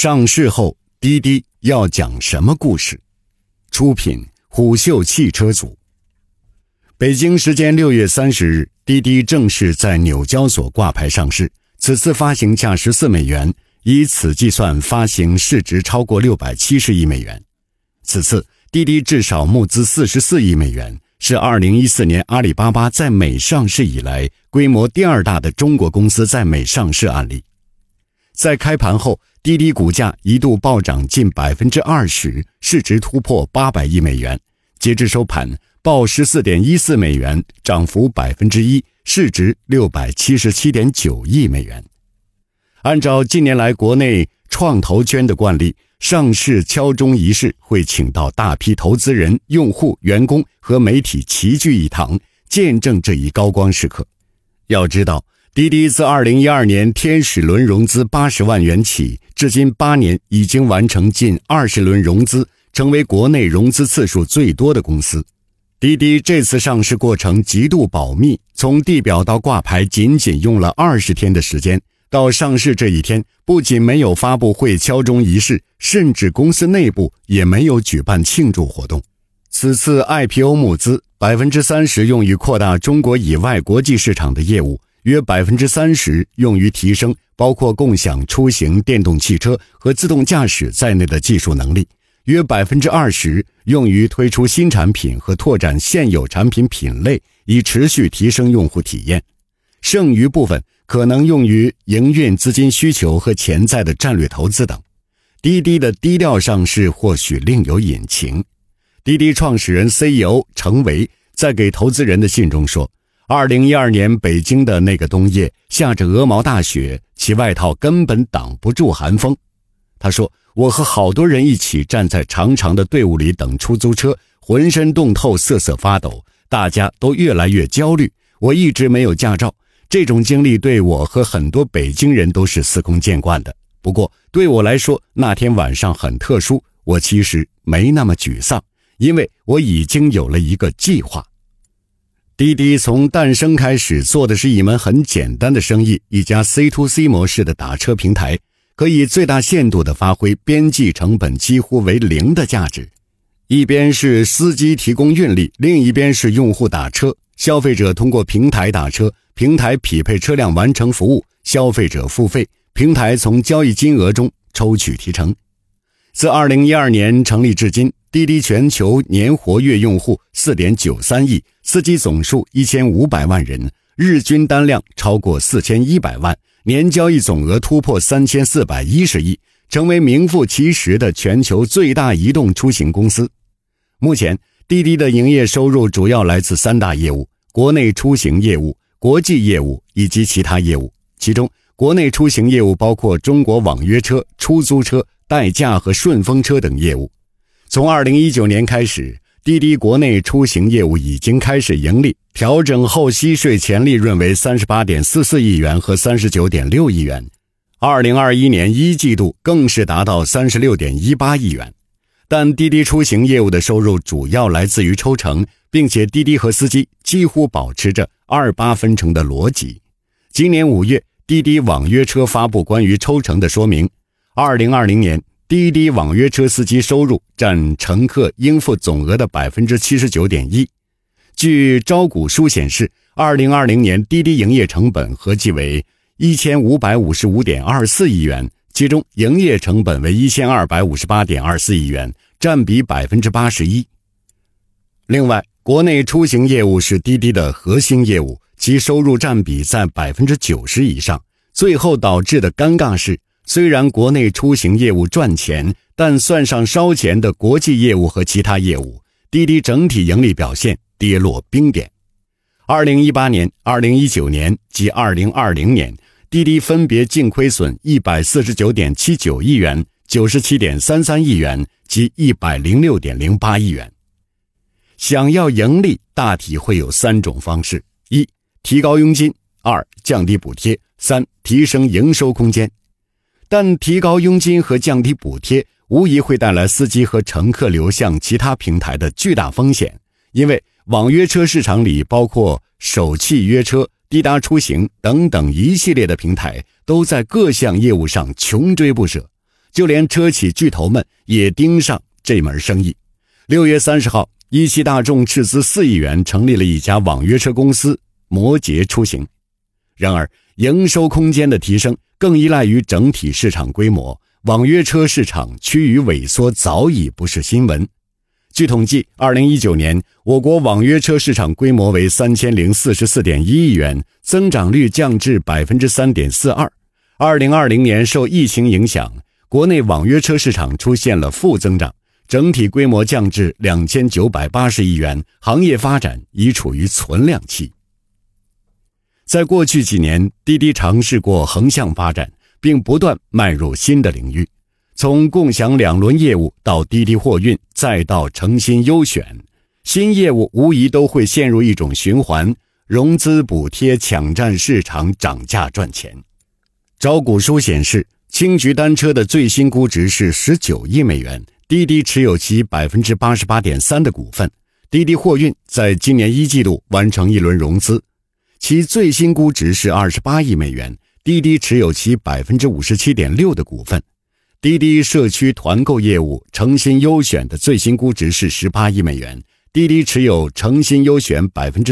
上市后滴滴要讲什么故事？出品虎嗅汽车组。北京时间6月30日，滴滴正式在纽交所挂牌上市，此次发行价14美元，以此计算发行市值超过670亿美元。此次滴滴至少募资44亿美元，是2014年阿里巴巴在美上市以来规模第二大的中国公司在美上市案例。在开盘后，滴滴股价一度暴涨近 20%， 市值突破800亿美元，截至收盘报 14.14 美元，涨幅 1%， 市值 677.9 亿美元。按照近年来国内创投圈的惯例，上市敲钟仪式会请到大批投资人、用户、员工和媒体齐聚一堂，见证这一高光时刻。要知道，滴滴自2012年天使轮融资80万元起，至今8年已经完成近20轮融资，成为国内融资次数最多的公司。滴滴这次上市过程极度保密，从地表到挂牌仅仅用了20天的时间。到上市这一天，不仅没有发布会敲钟仪式，甚至公司内部也没有举办庆祝活动。此次 IPO 募资 30% 用于扩大中国以外国际市场的业务，约 30% 用于提升包括共享出行、电动汽车和自动驾驶在内的技术能力，约 20% 用于推出新产品和拓展现有产品品类，以持续提升用户体验。剩余部分可能用于营运资金需求和潜在的战略投资等。滴滴的低调上市或许另有隐情。滴滴创始人 CEO 程维在给投资人的信中说，2012年北京的那个冬夜下着鹅毛大雪，其外套根本挡不住寒风。他说，我和好多人一起站在长长的队伍里等出租车，浑身冻透，瑟瑟发抖，大家都越来越焦虑。我一直没有驾照，这种经历对我和很多北京人都是司空见惯的。不过对我来说，那天晚上很特殊，我其实没那么沮丧，因为我已经有了一个计划。滴滴从诞生开始做的是一门很简单的生意，一家 C2C 模式的打车平台，可以最大限度地发挥边际成本几乎为0的价值。一边是司机提供运力，另一边是用户打车，消费者通过平台打车，平台匹配车辆完成服务，消费者付费，平台从交易金额中抽取提成。自2012年成立至今，滴滴全球年活跃用户 4.93 亿，司机总数1500万人，日均单量超过4100万，年交易总额突破3410亿，成为名副其实的全球最大移动出行公司。目前，滴滴的营业收入主要来自3大业务：国内出行业务、国际业务以及其他业务。其中，国内出行业务包括中国网约车、出租车、代驾和顺风车等业务。从2019年开始，滴滴国内出行业务已经开始盈利，调整后息税前利润为 38.44 亿元和 39.6 亿元。2021年1季度更是达到 36.18 亿元。但滴滴出行业务的收入主要来自于抽成，并且滴滴和司机几乎保持着28分成的逻辑。今年5月，滴滴网约车发布关于抽成的说明。2020年，滴滴网约车司机收入占乘客应付总额的 79.1%。据招股书显示，2020年滴滴营业成本合计为 1555.24 亿元，其中营业成本为 1258.24 亿元，占比 81%。另外，国内出行业务是滴滴的核心业务，其收入占比在 90% 以上。最后导致的尴尬是，虽然国内出行业务赚钱，但算上烧钱的国际业务和其他业务，滴滴整体盈利表现跌落冰点。2018年、2019年及2020年，滴滴分别净亏损 149.79 亿元、97.33 亿元及 106.08 亿元。想要盈利，大体会有3种方式：一、提高佣金；二、降低补贴；三、提升营收空间。但提高佣金和降低补贴无疑会带来司机和乘客流向其他平台的巨大风险，因为网约车市场里包括首汽约车、滴答出行等等一系列的平台都在各项业务上穷追不舍， 就连车企巨头们也盯上这门生意。6月30号，一汽大众斥资4亿元成立了一家网约车公司摩羯出行。然而，营收空间的提升更依赖于整体市场规模，网约车市场趋于萎缩早已不是新闻。据统计，2019年我国网约车市场规模为3044.1亿元，增长率降至 3.42%。2020年受疫情影响，国内网约车市场出现了负增长，整体规模降至2980亿元，行业发展已处于存量期。在过去几年，滴滴尝试过横向发展，并不断迈入新的领域。从共享2轮业务到滴滴货运，再到诚心优选，新业务无疑都会陷入一种循环，融资补贴抢占市场，涨价赚钱。招股书显示，青桔单车的最新估值是19亿美元，滴滴持有其 88.3% 的股份。滴滴货运在今年1季度完成一轮融资，其最新估值是28亿美元，滴滴持有其 57.6% 的股份。滴滴社区团购业务诚心优选的最新估值是18亿美元，滴滴持有诚心优选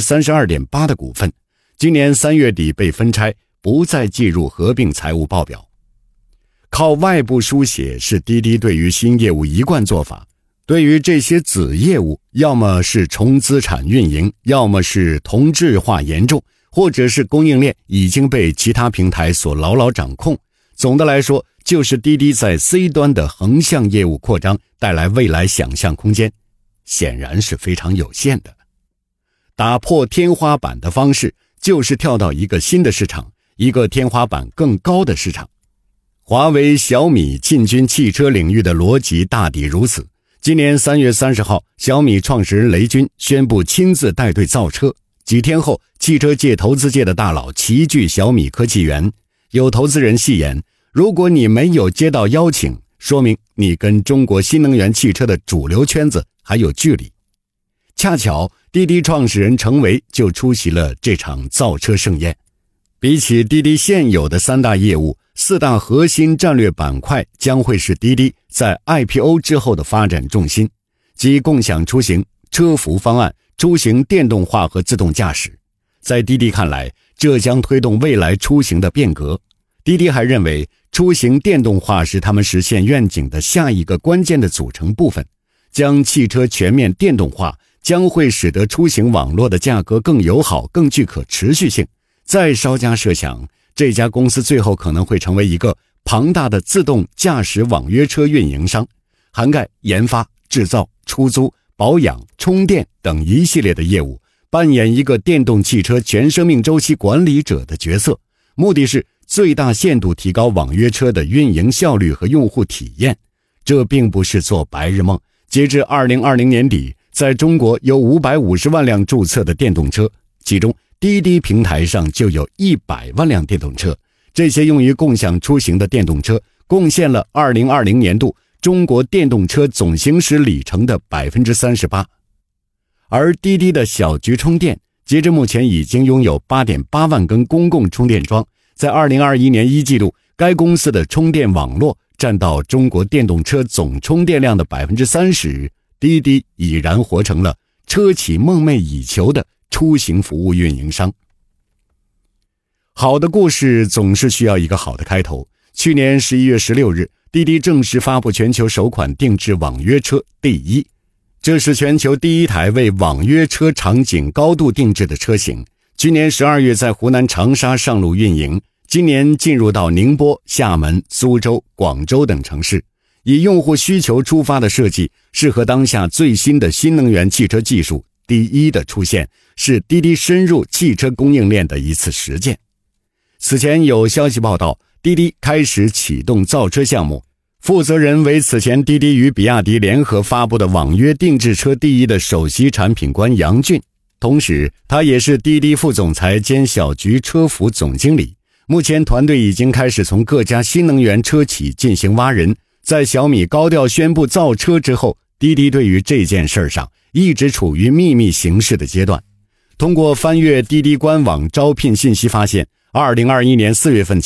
32.8% 的股份。今年3月底被分拆，不再计入合并财务报表。靠外部书写是滴滴对于新业务一贯做法，对于这些子业务，要么是重资产运营，要么是同质化严重，或者是供应链已经被其他平台所牢牢掌控。总的来说，就是滴滴在 C 端的横向业务扩张带来未来想象空间，显然是非常有限的。打破天花板的方式就是跳到一个新的市场，一个天花板更高的市场。华为、小米进军汽车领域的逻辑大抵如此。今年3月30号，小米创始人雷军宣布亲自带队造车。几天后，汽车界、投资界的大佬齐聚小米科技园。有投资人戏言，如果你没有接到邀请，说明你跟中国新能源汽车的主流圈子还有距离。恰巧滴滴创始人程维就出席了这场造车盛宴。比起滴滴现有的3大业务，4大核心战略板块将会是滴滴在 IPO 之后的发展重心，即共享出行、车服方案、出行电动化和自动驾驶。在滴滴看来，这将推动未来出行的变革。滴滴还认为，出行电动化是他们实现愿景的下一个关键的组成部分。将汽车全面电动化将会使得出行网络的价格更友好、更具可持续性。再稍加设想，这家公司最后可能会成为一个庞大的自动驾驶网约车运营商，涵盖研发、制造、出租、保养、充电等一系列的业务，扮演一个电动汽车全生命周期管理者的角色，目的是最大限度提高网约车的运营效率和用户体验。这并不是做白日梦。截至2020年底，在中国有550万辆注册的电动车，其中滴滴平台上就有100万辆电动车。这些用于共享出行的电动车贡献了2020年度中国电动车总行驶里程的 38%。而滴滴的小桔充电截至目前已经拥有 8.8 万根公共充电桩，在2021年1季度，该公司的充电网络占到中国电动车总充电量的 30%， 滴滴已然活成了车企梦寐以求的出行服务运营商。好的故事总是需要一个好的开头。去年11月16日，滴滴正式发布全球首款定制网约车第一，这是全球第一台为网约车场景高度定制的车型。去年12月在湖南长沙上路运营，今年进入到宁波、厦门、苏州、广州等城市。以用户需求出发的设计，适合当下最新的新能源汽车技术，第一的出现是滴滴深入汽车供应链的一次实践。此前有消息报道，滴滴开始启动造车项目，负责人为此前滴滴与比亚迪联合发布的网约定制车第一的首席产品官杨俊，同时他也是滴滴副总裁兼小桔车服总经理。目前团队已经开始从各家新能源车企进行挖人。在小米高调宣布造车之后，滴滴对于这件事上一直处于秘密行事的阶段。通过翻阅滴滴官网招聘信息发现，2021年4月份起，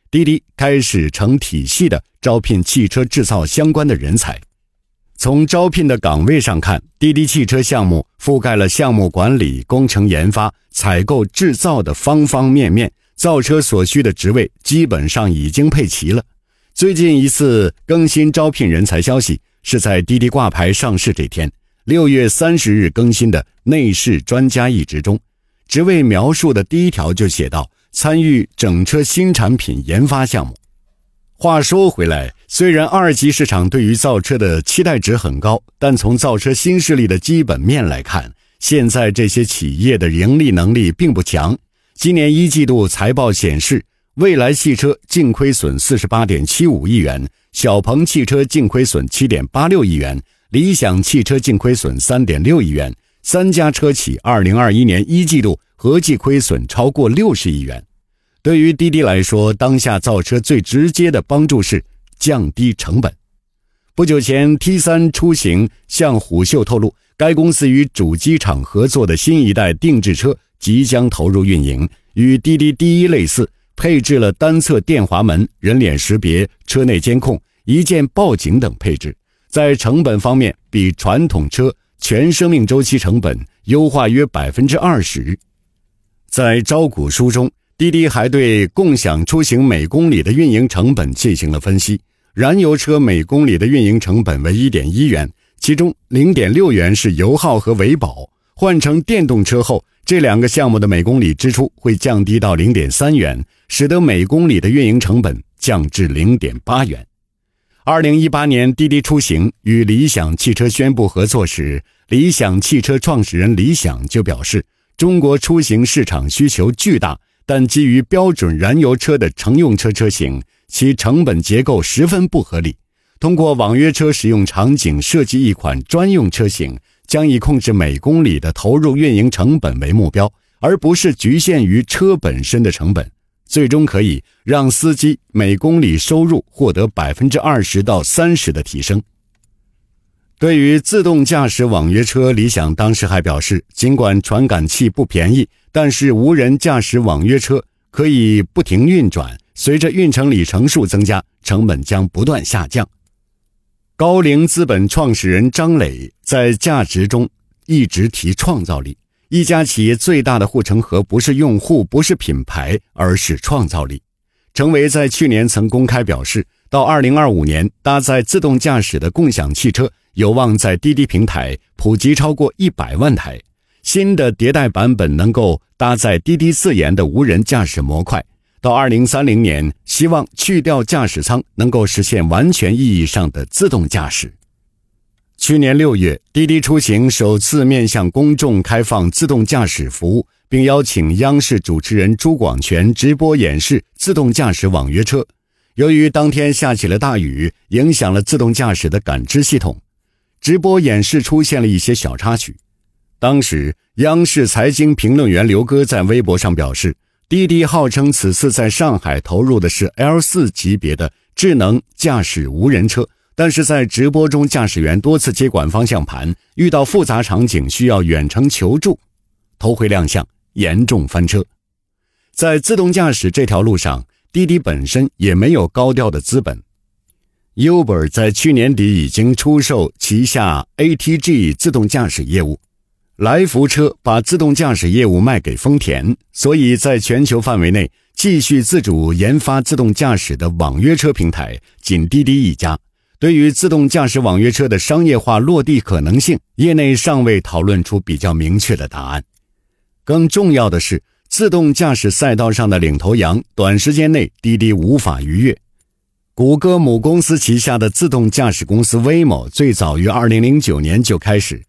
滴滴开始成体系的招聘汽车制造相关的人才。从招聘的岗位上看，滴滴汽车项目覆盖了项目管理、工程研发、采购、制造的方方面面，造车所需的职位基本上已经配齐了。最近一次更新招聘人才消息是在滴滴挂牌上市这天，6月30日更新的内饰专家一职中，职位描述的第一条就写到参与整车新产品研发项目。话说回来，虽然二级市场对于造车的期待值很高，但从造车新势力的基本面来看，现在这些企业的盈利能力并不强。今年1季度财报显示，蔚来汽车净亏损 48.75 亿元，小鹏汽车净亏损 7.86 亿元，理想汽车净亏损 3.6 亿元，三家车企2021年1季度合计亏损超过60亿元。对于滴滴来说，当下造车最直接的帮助是降低成本。不久前 T3 出行向虎嗅透露，该公司与主机厂合作的新一代定制车即将投入运营，与滴滴第一类似，配置了单侧电滑门、人脸识别、车内监控、一键报警等配置，在成本方面比传统车全生命周期成本优化约 20%。 在招股书中，滴滴还对共享出行每公里的运营成本进行了分析。燃油车每公里的运营成本为 1.1 元，其中 0.6 元是油耗和维保，换成电动车后，这两个项目的每公里支出会降低到 0.3 元，使得每公里的运营成本降至 0.8 元。2018年，滴滴出行与理想汽车宣布合作时，理想汽车创始人李想就表示，中国出行市场需求巨大，但基于标准燃油车的乘用车车型，其成本结构十分不合理。通过网约车使用场景设计一款专用车型，将以控制每公里的投入运营成本为目标，而不是局限于车本身的成本，最终可以让司机每公里收入获得 20% 到 30% 的提升。对于自动驾驶网约车，理想当时还表示，尽管传感器不便宜，但是无人驾驶网约车可以不停运转，随着运程里程数增加，成本将不断下降。高瓴资本创始人张磊在价值中一直提创造力，一家企业最大的护城河不是用户，不是品牌，而是创造力。程维在去年曾公开表示，到2025年，搭载自动驾驶的共享汽车有望在滴滴平台普及超过100万台。新的迭代版本能够搭载滴滴自研的无人驾驶模块，到2030年，希望去掉驾驶舱，能够实现完全意义上的自动驾驶。去年6月，滴滴出行首次面向公众开放自动驾驶服务，并邀请央视主持人朱广权直播演示自动驾驶网约车。由于当天下起了大雨，影响了自动驾驶的感知系统，直播演示出现了一些小插曲。当时，央视财经评论员刘哥在微博上表示，滴滴号称此次在上海投入的是 L4 级别的智能驾驶无人车，但是在直播中，驾驶员多次接管方向盘，遇到复杂场景需要远程求助，头回亮相，严重翻车。在自动驾驶这条路上，滴滴本身也没有高调的资本。Uber 在去年底已经出售旗下 ATG 自动驾驶业务，来福车把自动驾驶业务卖给丰田，所以在全球范围内继续自主研发自动驾驶的网约车平台仅滴滴一家。对于自动驾驶网约车的商业化落地可能性，业内尚未讨论出比较明确的答案。更重要的是，自动驾驶赛道上的领头羊，短时间内滴滴无法逾越。谷歌母公司旗下的自动驾驶公司 Waymo 最早于2009年就开始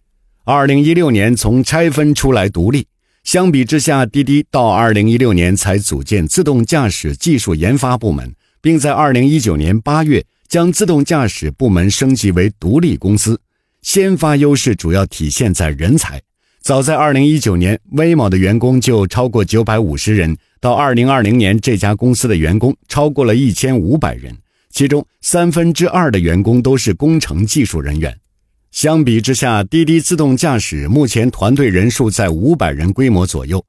，2016年从拆分出来独立。相比之下，滴滴到2016年才组建自动驾驶技术研发部门，并在2019年8月将自动驾驶部门升级为独立公司。先发优势主要体现在人才。早在2019年 Waymo 的员工就超过950人，到2020年这家公司的员工超过了1500人，其中2/3的员工都是工程技术人员。相比之下，滴滴自动驾驶目前团队人数在500人规模左右。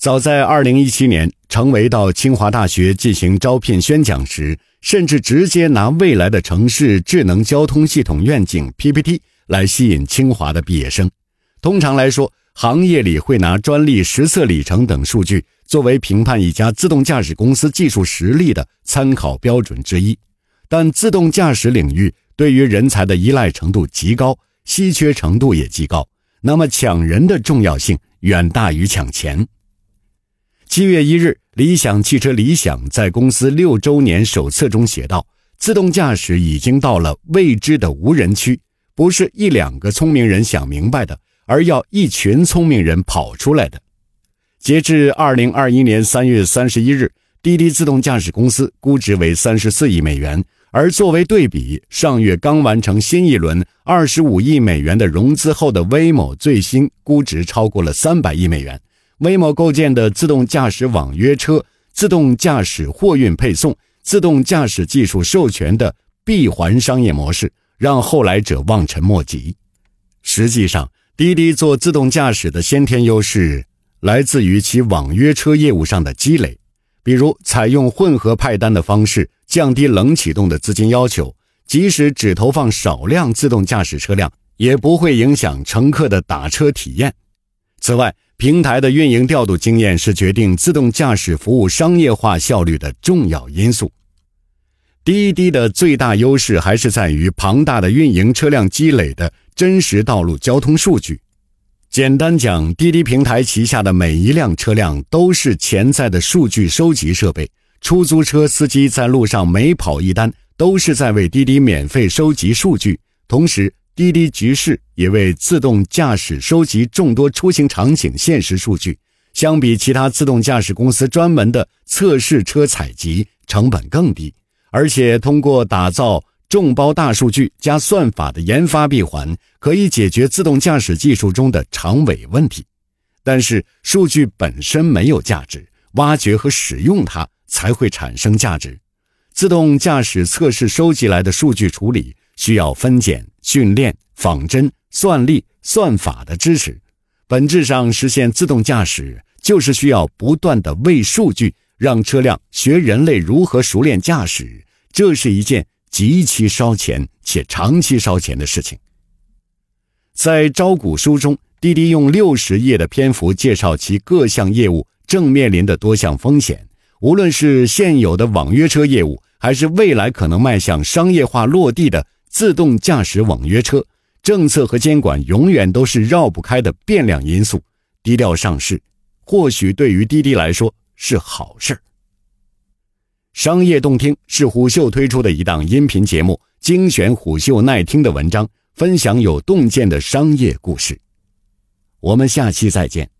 早在2017年成为到清华大学进行招聘宣讲时，甚至直接拿未来的城市智能交通系统愿景 PPT 来吸引清华的毕业生。通常来说，行业里会拿专利实测里程等数据作为评判一家自动驾驶公司技术实力的参考标准之一，但自动驾驶领域对于人才的依赖程度极高，稀缺程度也极高，那么抢人的重要性远大于抢钱。7月1日，理想汽车理想在公司6周年手册中写道，自动驾驶已经到了未知的无人区，不是一两个聪明人想明白的，而要一群聪明人跑出来的。截至2021年3月31日，滴滴自动驾驶公司估值为34亿美元，而作为对比，上月刚完成新一轮25亿美元的融资后的 Waymo 最新估值超过了300亿美元。Waymo 构建的自动驾驶网约车、自动驾驶货运配送、自动驾驶技术授权的闭环商业模式，让后来者望尘莫及。实际上，滴滴做自动驾驶的先天优势来自于其网约车业务上的积累，比如采用混合派单的方式，降低冷启动的资金要求，即使只投放少量自动驾驶车辆，也不会影响乘客的打车体验。此外，平台的运营调度经验是决定自动驾驶服务商业化效率的重要因素。滴滴的最大优势还是在于庞大的运营车辆积累的真实道路交通数据。简单讲，滴滴平台旗下的每一辆车辆都是潜在的数据收集设备，出租车司机在路上每跑一单，都是在为滴滴免费收集数据。同时，滴滴局势也为自动驾驶收集众多出行场景现实数据，相比其他自动驾驶公司专门的测试车采集，成本更低，而且通过打造众包大数据加算法的研发闭环，可以解决自动驾驶技术中的长尾问题。但是数据本身没有价值，挖掘和使用它才会产生价值。自动驾驶测试收集来的数据处理需要分拣、训练、仿真、算力、算法的支持。本质上实现自动驾驶，就是需要不断的喂数据，让车辆学人类如何熟练驾驶，这是一件极其烧钱且长期烧钱的事情。在招股书中，滴滴用60页的篇幅介绍其各项业务正面临的多项风险，无论是现有的网约车业务，还是未来可能迈向商业化落地的自动驾驶网约车，政策和监管永远都是绕不开的变量因素。低调上市，或许对于滴滴来说是好事。商业洞听是虎嗅推出的一档音频节目，精选虎嗅耐听的文章，分享有洞见的商业故事。我们下期再见。